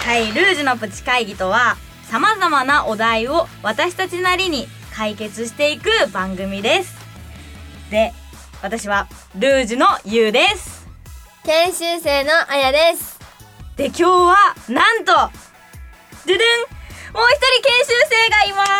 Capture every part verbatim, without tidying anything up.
はい、ルージュのプチ会議とはさまざまなお題を私たちなりに解決していく番組です。で、私はルージュのゆうです。 研修生のあやです。 で、今日はなんとででん、もう一人研修生がいます。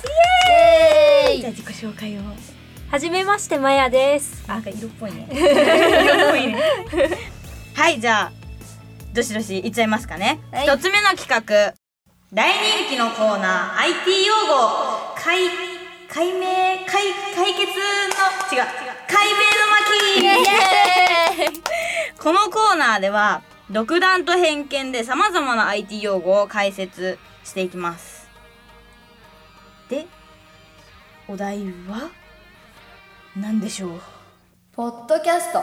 イエーイ。じゃあ自己紹介を。 はじめまして、まやです。 あ、色っぽいね色っぽいねはい、じゃあどしどしいっちゃいますかね。一、はい、つ目の企画、大人気のコーナー アイティー 用語解解明解解決の違う違う解明の巻このコーナーでは独断と偏見でさまざまな アイティー 用語を解説していきます。で、お題は何でしょう。 ポッドキャスト。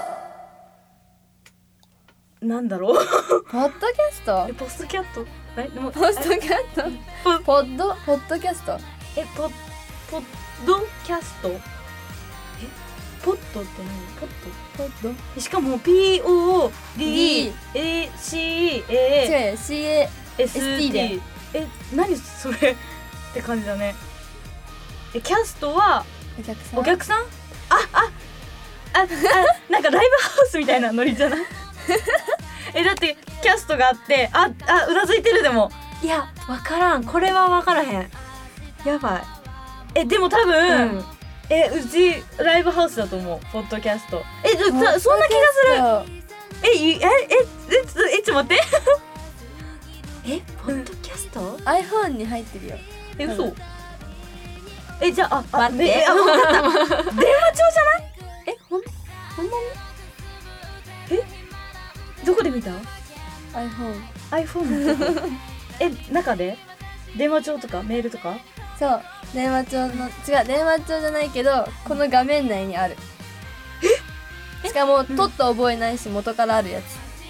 なんだろうポッドキャスト。 え、ポストキャット。え、でもポストキャット。ポッドポッドキャスト。 え、ポポッドキャスト。え、ポッドって何？ポッド。 ポッド。 しかも ピーオーディーエーシーエーシーエーエスティー で。 え、何それって感じだね。え、キャストはお客さん。 お客さん？あ、あ、あ、あ、なんかライブハウスみたいなノリじゃないえ、だってキャストがあって、あ、あ、うなずいてる。でもいや、わからん。これはわからへん。やばい。 え、でも多分、 うん、 え、うちライブハウスだと思う。ポッドキャスト。え、そんな気がする。え、え、え、え、え、ちょっと待ってえ、ポッドキャスト？ iPhone に入ってるよ。 え、嘘。え、じゃあ、 あ、待って、 あ、分かった電話帳じゃない？ え、ほん、ほんまに？ え、どこで見た？ iPhone iPhone え、中で電話帳とかメールとか？ そう、電話帳の、違う、電話帳じゃないけどこの画面内にある。え、しかも、うん、取った覚えないし元からあるやつ。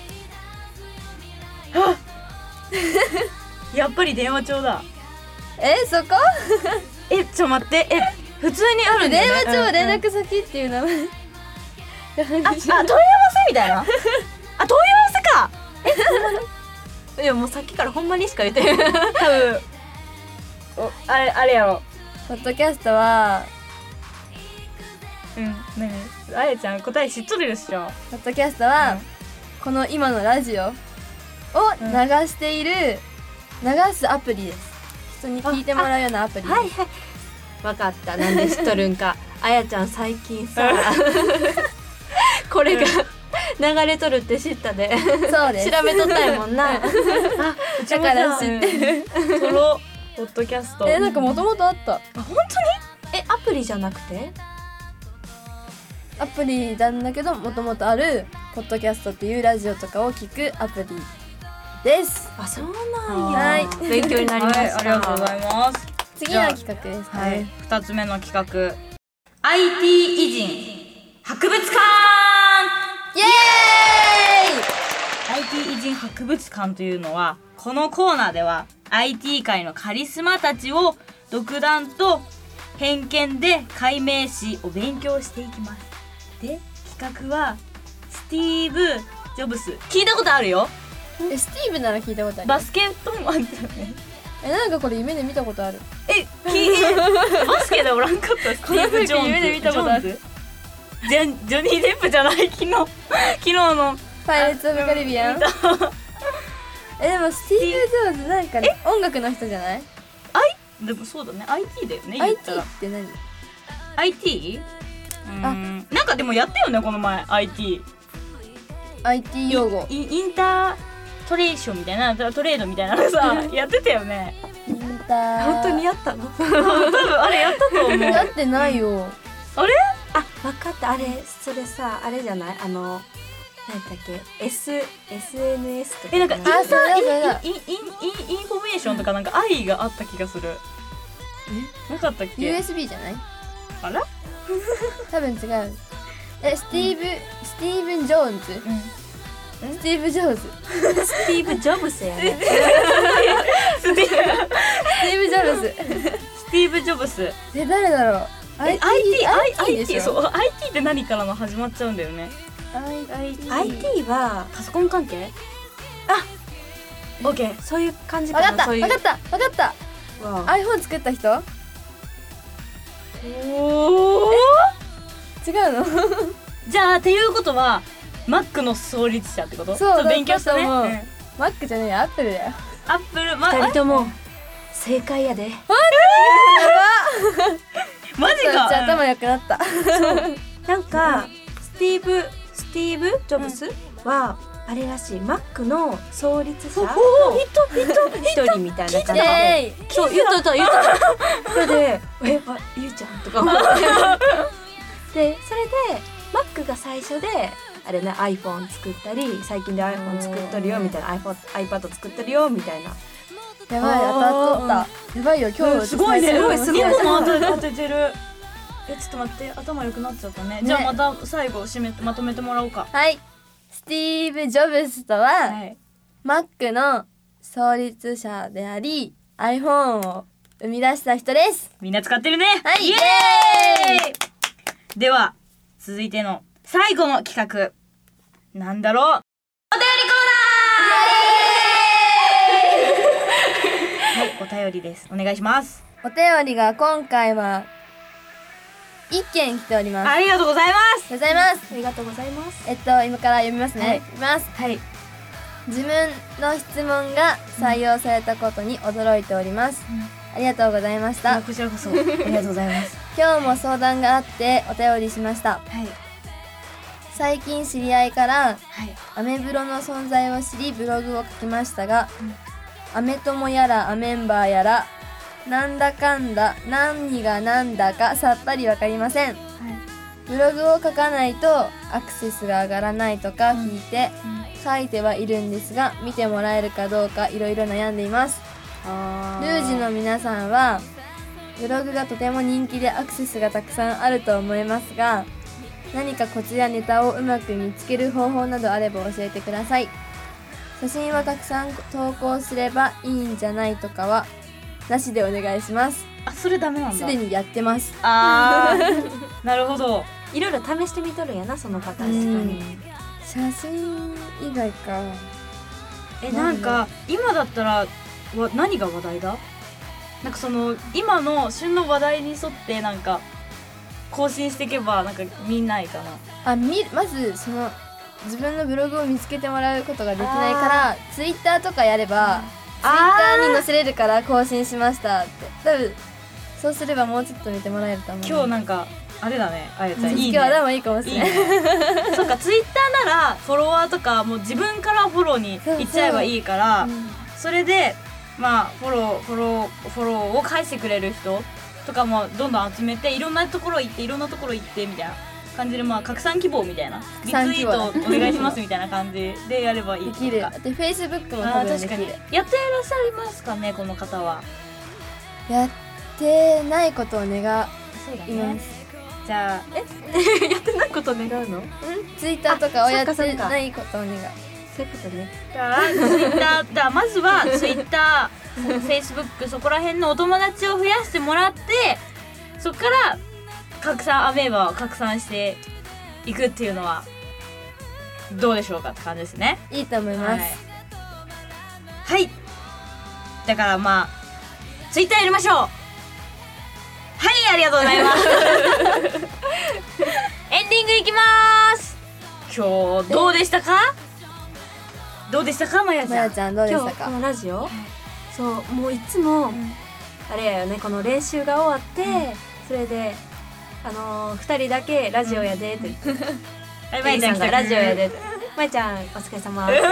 あやっぱり電話帳だ。 え、そこえ、ちょ待って、え、普通にあるんだよね。 電話帳は連絡先っていう名前、うんうん、あ, あ、問い合わせみたいなあ、問い合わせか。 え、いや、もうさっきからほんまにしか言ってる多分お、あれ、あれやろ。 ポッドキャストは、 うん、何？あやちゃん答え知っとるでしょ。 ポッドキャストは、うん、この今のラジオを流している、うん、流すアプリです。人に聞いてもらうようなアプリです。はいはい。 わかった。なんで知っとるんか。あやちゃん最近さこれが流れとるって知ったで。 そうです。 調べとったやもんな。あ、 だから知ってる。 ソロポッドキャスト。 え、なんかもともとあった。あ、 本当に？ え、アプリじゃなくて？ アプリなんだけど、もともとあるポッドキャストっていうラジオとかを聞くアプリです。 あ、そうなんや。 はい、 勉強になりました、はい、 ありがとうございます。 次の企画です。 はい、二つ目の企画、 アイティー 偉人博物館。 イエーイ。 アイティー 偉人博物館というのは、このコーナーでは アイティー 界のカリスマたちを独断と偏見で解明しお勉強していきます。で、企画はスティーブ・ジョブス。聞いたことあるよ。 え、スティーブなら聞いたことある。 バスケットマンだよね。 え、なんかこれ夢で見たことある。 え、きバスケでおらんかった。スティーブ・ジョーンズ。 夢で見たことある。 ジャ, ジョニー・デップじゃない。昨日昨日のパイレーツ・オブ・カリビアン。え、でもスティーブ・ジョーンズなんかね、音楽の人じゃない？ あいでもそうだね、 アイティー だよね。 アイティー って何？ アイティー？ うーん、なんかでもやったよねこの前。 アイティーアイティー 用語、 イ, インタートレーションみたいな、トレードみたいなのさやってたよね。 インター、 本当にやったの？ 多分あれやったと思う。 やってないよ。 あれ？ あ、分かった。あれ、それさ、あれじゃない？あの、なんだっけ、S、エスエヌエス とか。 え、なんかインター、 あ、そうだそうだ、 イン、イン、イン、インフォメーションとかなんか愛があった気がする。え、なかったっけ？ ユーエスビー じゃない？ あら？ 多分違う。え、スティーブ、うん、スティーブン・ジョーンズ、うん、スティーブ・ジョーズスティーブ・ジョブスやね。 スティーブ・ジョブススティーブ・ジョブス。 え、誰だろう？ アイティー、アイティーでしょ？そう、アイティー って何からの始まっちゃうんだよね。 アイティー、 アイティー はパソコン関係？ あ、 オッケー。 そういう感じかな。 わかったそういうわかったわかった。 わ iPhone 作った人？ おー違うの？ じゃあっていうことは Mac の創立者ってこと？ そうちょっと勉強したね。 だと思ううん Mac じゃねえよ、Apple だよ。 アップル、ま、 二人とも正解やで。 マジか。 じゃあ頭良くなった。 なんかスティーブスティーブジョブスはあれらしい、Mac の創立者の一人みたいな感じイエで、 ーイ。 そう言った言ったそれでえあゆうちゃんとか思ってでそれで Mac が最初であれね iPhone 作ったり、最近で iPhone 作っとるよみたいな、 iPhone iPad 作ってるよみたいな。 やばい、当たっとった。やばいよ、今日すごいね。 最初のすごい。にこも当て当ててる。え、ちょっと待って、頭良くなっちゃったね。じゃあまた最後締めてまとめてもらおうか。 はい。スティーブ・ジョブズとは、 はい。 Mac の創立者であり iPhone を生み出した人です。 みんな使ってるね。 はいイエーイ。では続いての最後の企画なんだろう。お便りコーナー。はい、お便りです。お願いします。 お便りが今回は一件来ております。あありがとうございます。 りがとうございます。 ありがとうございます。 えっと今から読みますね。 はい読みます。 はい。 自分の質問が採用されたことに驚いております。ありがとうございました。 こちらこそありがとうございます。 今日も相談があってお便りしました。 はい最近知り合いからはい。 アメブロの存在を知りブログを書きましたが、アメ友やらアメンバーやらなんだかんだ何がなんだかさっぱりわかりません。ブログを書かないとアクセスが上がらないとか聞いて書いてはいるんですが、見てもらえるかどうかいろいろ悩んでいます。 あルージの皆さんはブログがとても人気でアクセスがたくさんあると思いますが、何かコツやネタをうまく見つける方法などあれば教えてください。写真はたくさん投稿すればいいんじゃないとかはなしでお願いします。 あ、それダメなんだ。 すでにやってます。 あーなるほど。 いろいろ試してみとるんやな、その方。 うん写真以外か。 え、なんか今だったらわ何が話題だ？なんかその今の旬の話題に沿ってなんか更新していけばなんか見ないかな。 あ、みまずその自分のブログを見つけてもらうことができないからツイッターとかやればツイッターに載せれるから更新しましたって多分そうすればもうちょっと見てもらえると思う。 今日なんかあれだね、あやちゃんいいね。 今日は頭いいかもしれない。 いいねそうか、ツイッターならフォロワーとかもう自分からフォローに行っちゃえばいいからうんそれでまあフォローフォローフォローを返してくれる人とかもどんどん集めていろんなところ行っていろんなところ行ってみたいな感じで、まあ拡散希望みたいなリツイ散希望ートお願いしますみたいな感じでやればいいできる。 か。 で Facebook もあ多ー確かに分できる。 やっていらっしゃいますかね、この方は。 やってないことを願そうだいます。 じゃあえやってないこと願うの？ うん、ツイッターとかをやっあそっかそっかてないことを願う。 そういうことね。 じゃあツイッターだまずはツイッター、フェイスブックそこら辺のお友達を増やしてもらってそこから拡散アメーバを拡散していくっていうのはどうでしょうかって感じですね。 いいと思います。 はい、はい、だからまあツイッターやりましょう。はい、ありがとうございますエンディングいきまーす。今日どうでしたか？どうでしたか、まやちゃん。 まやちゃんどうでしたか？ 今日このラジオ、そうもういつも、あれやよね、この練習が終わって、それであのー、ふたりだけラジオやでって言ってはい、 まやちゃんがラジオやでってまやちゃんお疲れ様あれ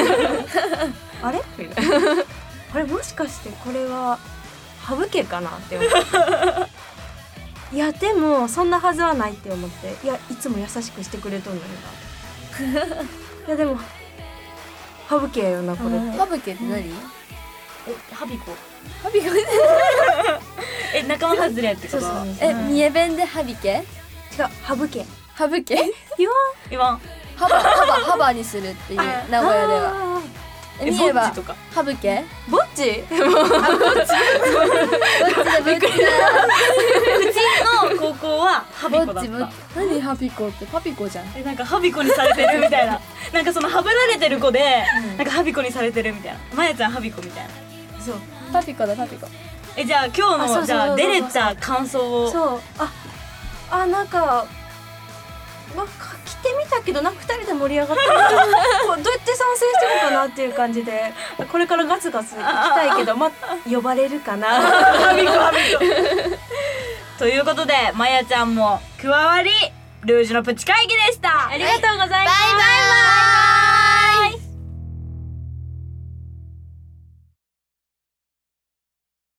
あれもしかしてこれはハブ家かなって思っていやでもそんなはずはないって思って、いやいつも優しくしてくれとんのよないやでもハブ家やよなこれって。 ハブケって何？ え、ハビコ。 ハビケえ、仲間外れってこと？ そうそうそうえ、三重弁でハビケ？ 違う、ハブ家ハブケ？ 言わん言わん。 ハバハバハバにするっていう名古屋では。 はえ、 え、 三重はぼっちとか。 ハブケ？ ぼっちぼっちだぼっちだ。 うちの高校ははハビコだっぼっちぼっちた。 何ハピコってパピコじゃん。 えなんかハビコにされてるみたいななんかそのハブられてる子で、 うんなんかハビコにされてるみたいな、まやちゃんハビコみたいな。 そうパピコだパピコ。 えじゃあ今日あそうそうそうそうのじゃあ出れた感想を。 そうああなんかまあ来てみたけどなんかふたりで盛り上がってるこうどうやって参戦してるのかなっていう感じでこれからガツガツ行きたいけどまあ呼ばれるかなハビコハビコということでまやちゃんも加わりルージュのプチ会議でした。ありがとうございます。バイバイバイ。